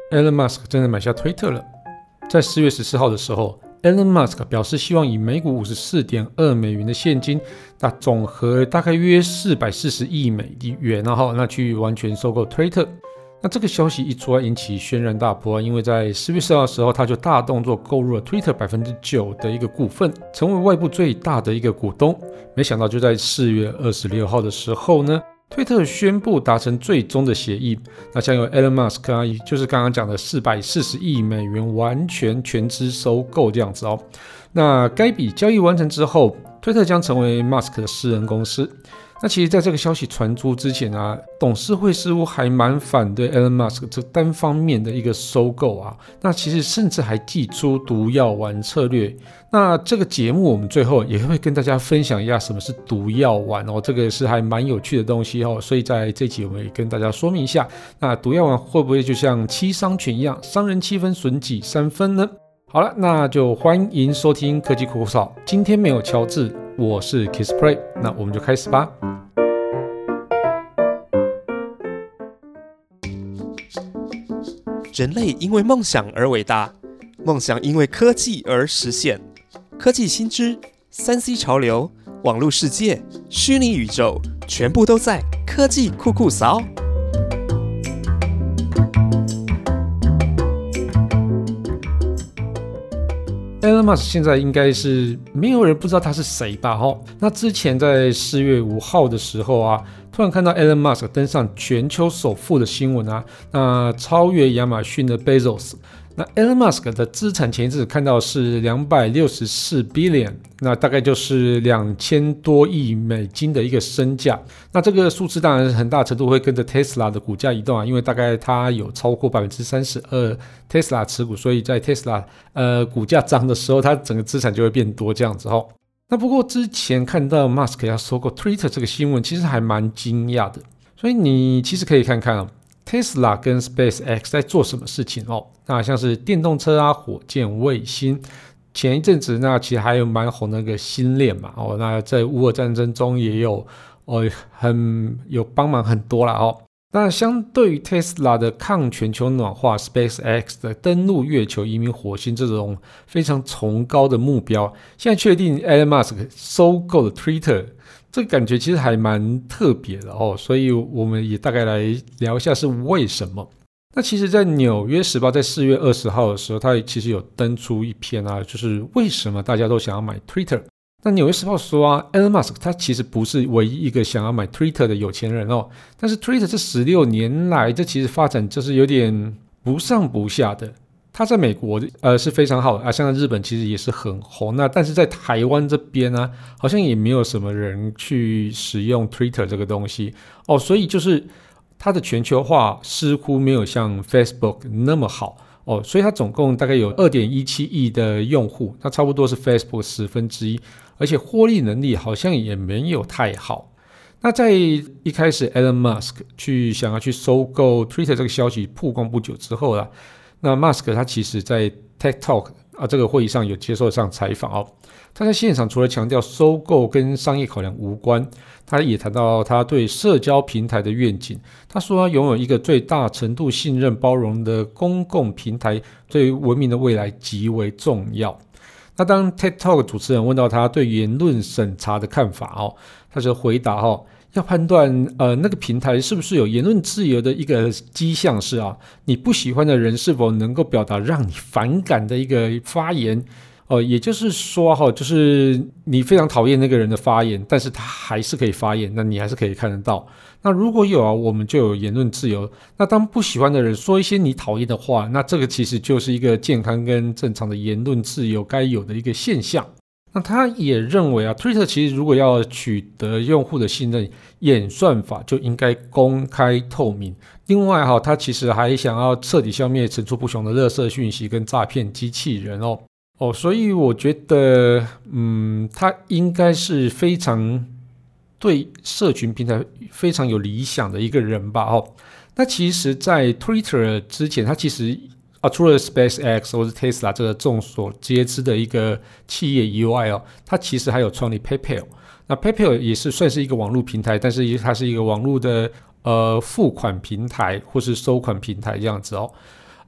Elon Musk 真的买下推特了。在4月14号的时候， Elon Musk 表示希望以每股54.2美元的现金，那总和大概约440亿美元，然后去完全收购推特。那这个消息一出来，引起轩然大波，因为在4月4号的时候，他就大动作购入了 Twitter 9%的一个股份，成为外部最大的一个股东。没想到就在4月26号的时候呢，推特宣布达成最终的协议，那将由 Elon Musk 也就是刚刚讲的440亿美元完全全资收购这样子哦。那该笔交易完成之后，推特将成为 Musk 的私人公司。那其实在这个消息传出之前啊，董事会似乎还蛮反对 Elon Musk 这单方面的一个收购啊，那其实甚至还祭出毒药丸策略。那这个节目我们最后也会跟大家分享一下什么是毒药丸哦，这个是还蛮有趣的东西哦，所以在这集我们也跟大家说明一下，那毒药丸会不会就像七伤拳一样，伤人7分损己3分呢？好了，那就欢迎收听科技苦草，今天没有乔治，我是 Kissplay， 那我们就开始吧。 人类因为梦想而伟大，梦想因为科技而实现。科技新知、3C 潮流、网络世界、虚拟宇宙，全部都在科技酷酷扫。 Elon Musk 现在应该是没有人不知道他是谁吧？那之前在4月5号的时候啊，突然看到 Elon Musk 登上全球首富的新闻啊，那超越亚马逊的 Bezos。那 Elon Musk 的资产前一阵看到是264 billion， 那大概就是2000多亿美金的一个身价。那这个数字当然很大程度会跟着 Tesla 的股价移动啊，因为大概它有超过 32% Tesla 持股，所以在 Tesla 股价涨的时候，它整个资产就会变多这样子哦。那不过之前看到 Musk 要收购 Twitter 这个新闻，其实还蛮惊讶的，所以你其实可以看看Tesla 跟 SpaceX 在做什么事情哦？那像是电动车啊、火箭、卫星，前一阵子那其实还有蛮红的那个星链嘛哦，那在乌俄战争中也有有帮忙很多啦哦。那相对于 Tesla 的抗全球暖化 ，SpaceX 的登陆月球、移民火星这种非常崇高的目标，现在确定 Elon Musk 收购了 Twitter。这个感觉其实还蛮特别的哦，所以我们也大概来聊一下是为什么。那其实在纽约时报在4月20号的时候，它其实有登出一篇啊，就是为什么大家都想要买 Twitter。那纽约时报说啊 Elon Musk 他其实不是唯一一个想要买 Twitter 的有钱人哦，但是 Twitter 这16年来，这其实发展就是有点不上不下的。它在美国是非常好的啊，像在日本其实也是很红。那但是在台湾这边呢，好像也没有什么人去使用 Twitter 这个东西哦，所以就是它的全球化似乎没有像 Facebook 那么好哦，所以它总共大概有 2.17 亿的用户，那差不多是 Facebook 1/10，而且获利能力好像也没有太好。那在一开始 Elon Musk 想要去收购 Twitter 这个消息曝光不久之后啦，那 Musk 他其实在 Tech Talk 这个会议上有接受上采访哦，他在现场除了强调收购跟商业考量无关，他也谈到他对社交平台的愿景。他说他拥有一个最大程度信任包容的公共平台，对文明的未来极为重要。那当 TED Talk 主持人问到他对言论审查的看法哦，他就回答要判断那个平台是不是有言论自由的一个迹象是你不喜欢的人是否能够表达让你反感的一个发言也就是说就是你非常讨厌那个人的发言，但是他还是可以发言，那你还是可以看得到。那如果有我们就有言论自由。那当不喜欢的人说一些你讨厌的话，那这个其实就是一个健康跟正常的言论自由该有的一个现象。那他也认为Twitter 其实如果要取得用户的信任，演算法就应该公开透明。另外他其实还想要彻底消灭层出不穷的垃圾讯息跟诈骗机器人所以我觉得他应该是非常对社群平台非常有理想的一个人吧那其实在 Twitter 之前，他其实除了 SpaceX 或是 Tesla 这个众所皆知的一个企业以外它其实还有创立 PayPal。那 PayPal 也是算是一个网络平台，但是它是一个网络的付款平台或是收款平台这样子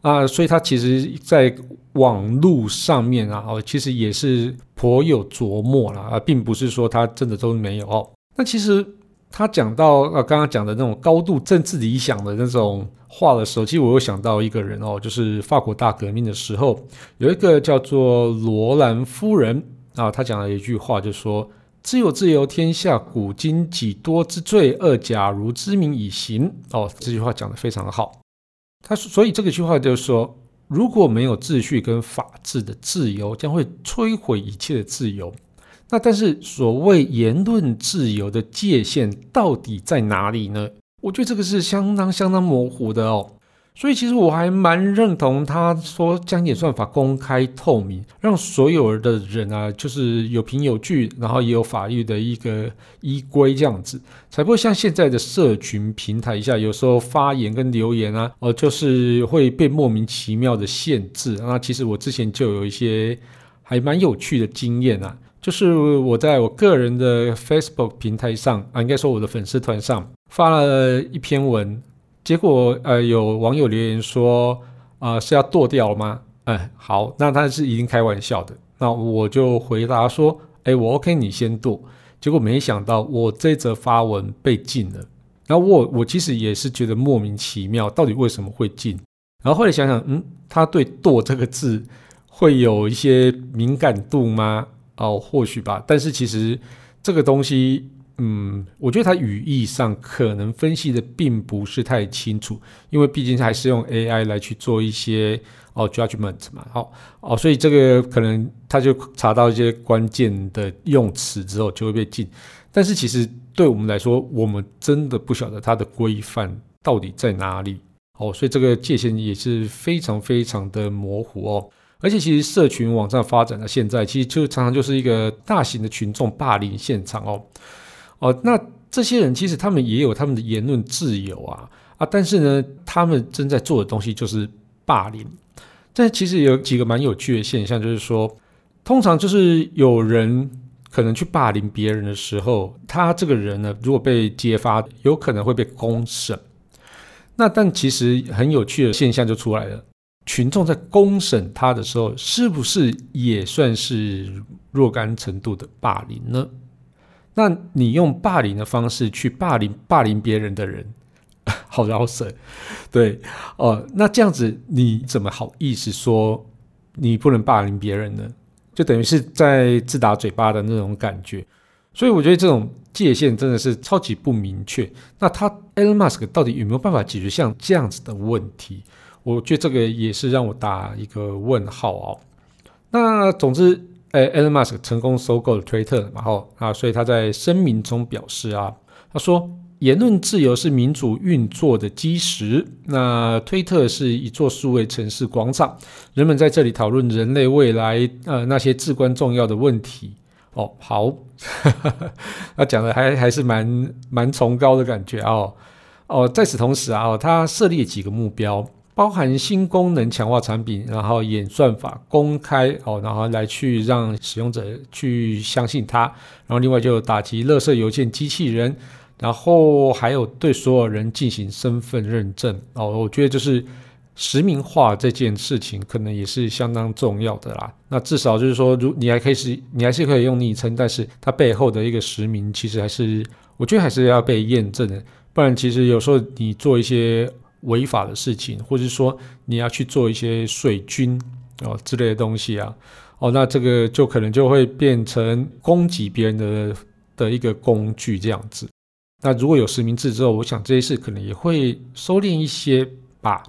所以他其实在网路上面其实也是颇有琢磨啦，并不是说他真的都没有那其实他讲到刚刚讲的那种高度政治理想的那种话的时候，其实我有想到一个人就是法国大革命的时候，有一个叫做罗兰夫人他讲了一句话，就说自由自由天下，古今几多之罪恶，假如之民以行这句话讲得非常好。所以这个句话就是说，如果没有秩序跟法治的自由，将会摧毁一切的自由。那但是所谓言论自由的界限到底在哪里呢？我觉得这个是相当模糊的所以其实我还蛮认同他说将演算法公开透明，让所有的人就是有凭有据，然后也有法律的一个依规，这样子才不会像现在的社群平台一下，有时候发言跟留言就是会被莫名其妙的限制。那其实我之前就有一些还蛮有趣的经验就是我在我个人的 Facebook 平台上应该说我的粉丝团上发了一篇文，结果有网友留言说是要剁掉了吗？好，那他是一定开玩笑的。那我就回答说我 OK 你先剁。结果没想到我这则发文被禁了，然后我其实也是觉得莫名其妙，到底为什么会禁？然后后来想想他对剁这个字会有一些敏感度吗？或许吧，但是其实这个东西我觉得它语义上可能分析的并不是太清楚，因为毕竟还是用 AI 来去做一些judgment 嘛，所以这个可能他就查到一些关键的用词之后就会被禁。但是其实对我们来说，我们真的不晓得它的规范到底在哪里所以这个界限也是非常非常的模糊而且其实社群网站发展到现在，其实就常常就是一个大型的群众霸凌现场那这些人其实他们也有他们的言论自由但是呢，他们正在做的东西就是霸凌。但其实有几个蛮有趣的现象，就是说，通常就是有人可能去霸凌别人的时候，他这个人呢，如果被揭发，有可能会被公审。但其实很有趣的现象就出来了。群众在公审他的时候，是不是也算是若干程度的霸凌呢？那你用霸凌的方式去霸凌别人的人，好饶舌，对那这样子你怎么好意思说你不能霸凌别人呢？就等于是在自打嘴巴的那种感觉。所以我觉得这种界限真的是超级不明确。那Elon Musk 到底有没有办法解决像这样子的问题？我觉得这个也是让我打一个问号那总之Elon Musk 成功收购了推特嘛所以他在声明中表示他说言论自由是民主运作的基石。那推特是一座数位城市广场，人们在这里讨论人类未来那些至关重要的问题。好他讲的还是蛮崇高的感觉在此同时他设立几个目标，包含新功能强化产品，然后演算法公开然后来去让使用者去相信它，然后另外就打击垃圾邮件机器人，然后还有对所有人进行身份认证我觉得就是实名化这件事情可能也是相当重要的啦。那至少就是说你还是可以用昵称，但是它背后的一个实名其实我觉得还是要被验证的，不然其实有时候你做一些违法的事情，或者说你要去做一些水军之类的东西那这个就可能就会变成攻击别人的一个工具这样子。那如果有实名制之后，我想这些事可能也会收敛一些吧。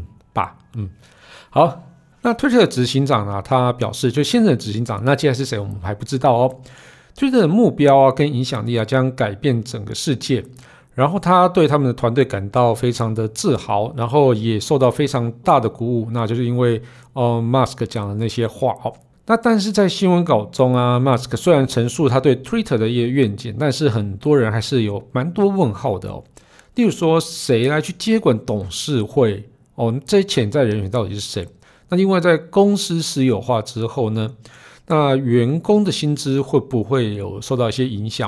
好，那推特的执行长他表示，就现任的执行长，那接下来是谁我们还不知道推特的目标跟影响力将改变整个世界。然后他对他们的团队感到非常的自豪，然后也受到非常大的鼓舞，那就是因为Musk 讲的那些话那但是在新闻稿中Musk 虽然陈述他对 Twitter 的一个愿景，但是很多人还是有蛮多问号的例如说谁来去接管董事会这些潜在人员到底是谁？那另外在公司私有化之后呢，那员工的薪资会不会有受到一些影响？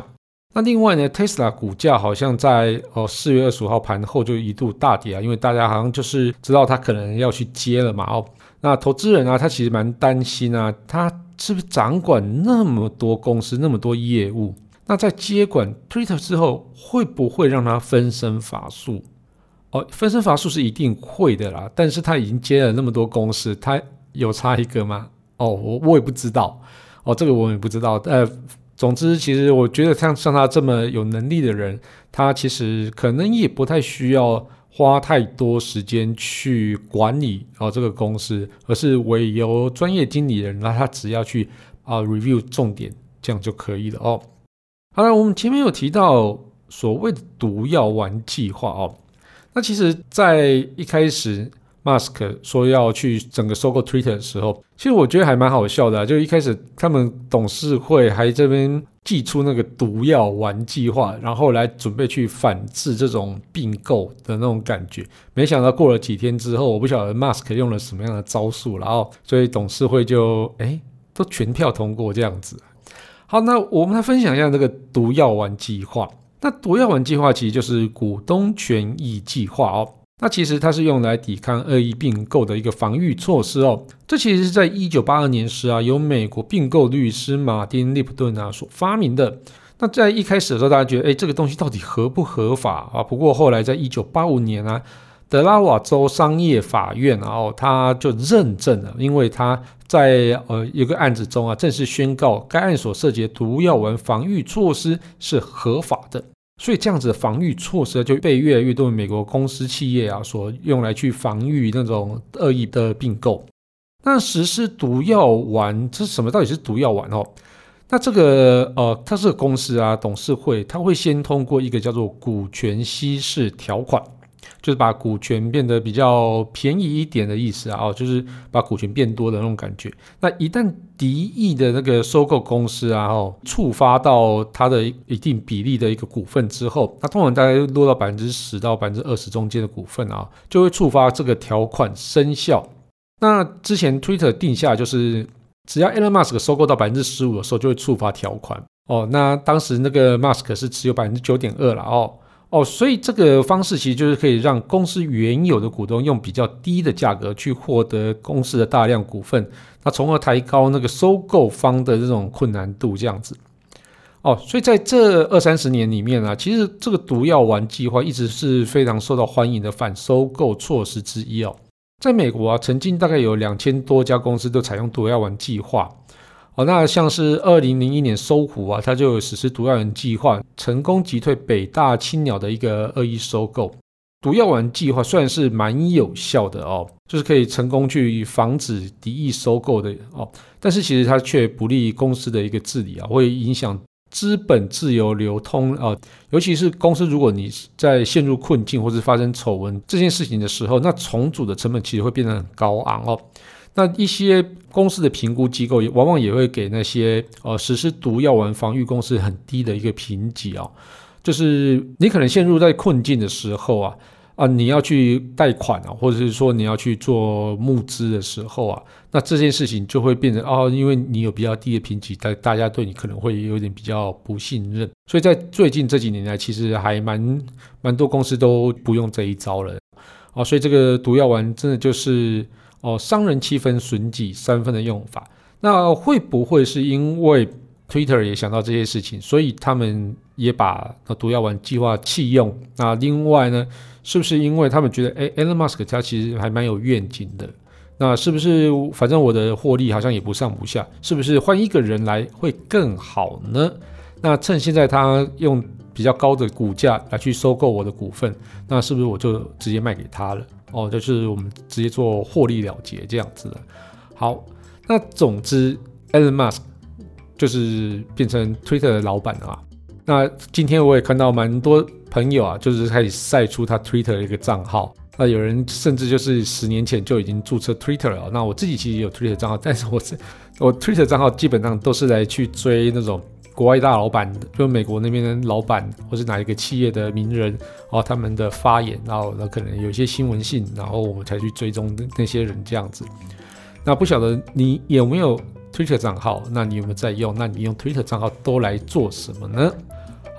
那另外呢 Tesla 股价好像在4月25号盘后就一度大跌啊，因为大家好像就是知道他可能要去接了嘛那投资人啊他其实蛮担心啊，他是不是掌管那么多公司那么多业务，那在接管 Twitter 之后会不会让他分身乏术分身乏术是一定会的啦，但是他已经接了那么多公司，他有差一个吗？我也不知道这个我也不知道总之其实我觉得像他这么有能力的人，他其实可能也不太需要花太多时间去管理这个公司，而是委由专业经理人，那他只要去review 重点，这样就可以了好了，我们前面有提到所谓的毒药丸计划那其实在一开始 Musk 说要去整个收购 Twitter 的时候，其实我觉得还蛮好笑的就一开始他们董事会还这边祭出那个毒药丸计划，然后来准备去反制这种并购的那种感觉，没想到过了几天之后，我不晓得 Musk 用了什么样的招数所以董事会就都全票通过这样子。好，那我们来分享一下这个毒药丸计划。那毒药丸计划其实就是股东权益计划那其实它是用来抵抗恶意并购的一个防御措施这其实是在1982年时由美国并购律师马丁·利普顿所发明的。那在一开始的时候，大家觉得这个东西到底合不合法不过后来在1985年德拉瓦州商业法院他就认证了，因为他在一个案子中正式宣告该案所涉及的毒药丸防御措施是合法的。所以这样子的防御措施就被越来越多的美国公司企业所用来去防御那种恶意的并购。那实施毒药丸这是什么？到底是毒药丸那这个它这个公司董事会它会先通过一个叫做股权稀释条款，就是把股权变得比较便宜一点的意思就是把股权变多的那种感觉。那一旦敌意的那个收购公司触发到它的一定比例的一个股份之后，那通常大概落到 10% 到 20% 中间的股份就会触发这个条款生效。那之前 Twitter 定下就是只要 Elon Musk 收购到 15% 的时候就会触发条款那当时那个 Musk 是持有 9.2% 啦所以这个方式其实就是可以让公司原有的股东用比较低的价格去获得公司的大量股份，那从而抬高那个收购方的这种困难度这样子所以在这20-30年里面其实这个毒药丸计划一直是非常受到欢迎的反收购措施之一在美国曾经大概有2000多家公司都采用毒药丸计划那像是2001年搜狐它就有实施毒药丸计划，成功击退北大青鸟的一个恶意收购。毒药丸计划虽然是蛮有效的就是可以成功去防止敌意收购的但是其实它却不利公司的一个治理会影响资本自由流通尤其是公司如果你在陷入困境或是发生丑闻这件事情的时候，那重组的成本其实会变得很高昂那一些公司的评估机构往往也会给那些实施毒药丸防御公司很低的一个评级就是你可能陷入在困境的时候你要去贷款或者是说你要去做募资的时候那这件事情就会变成因为你有比较低的评级，大家对你可能会有点比较不信任，所以在最近这几年来其实还蛮多公司都不用这一招了所以这个毒药丸真的就是伤人7分损己3分的用法。那会不会是因为 Twitter 也想到这些事情，所以他们也把毒药丸计划弃用？那另外呢，是不是因为他们觉得Elon Musk 他其实还蛮有愿景的，那是不是反正我的获利好像也不上不下，是不是换一个人来会更好呢？那趁现在他用比较高的股价来去收购我的股份，那是不是我就直接卖给他了就是我们直接做获利了结这样子的。好，那总之 Elon Musk 就是变成 Twitter 的老板了那今天我也看到蛮多朋友就是开始晒出他 Twitter 的一个账号，那有人甚至就是10年前就已经注册 Twitter 了。那我自己其实也有 Twitter 账号，但是我 Twitter 账号基本上都是来去追那种国外大老板，就美国那边的老板或是哪一个企业的名人他们的发言，然后可能有一些新闻性，然后我们才去追踪那些人这样子。那不晓得你有没有 Twitter 账号？那你有没有在用？那你用 Twitter 账号都来做什么呢？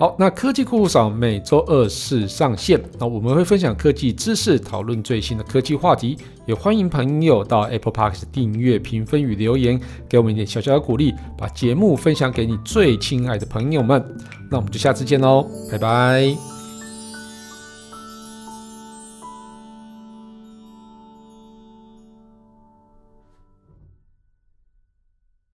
好，那科技酷酷扫每周二四上线，那我们会分享科技知识，讨论最新的科技话题，也欢迎朋友到 Apple Podcast 订阅、评分与留言，给我们一点小小的鼓励，把节目分享给你最亲爱的朋友们。那我们就下次见喽，拜拜。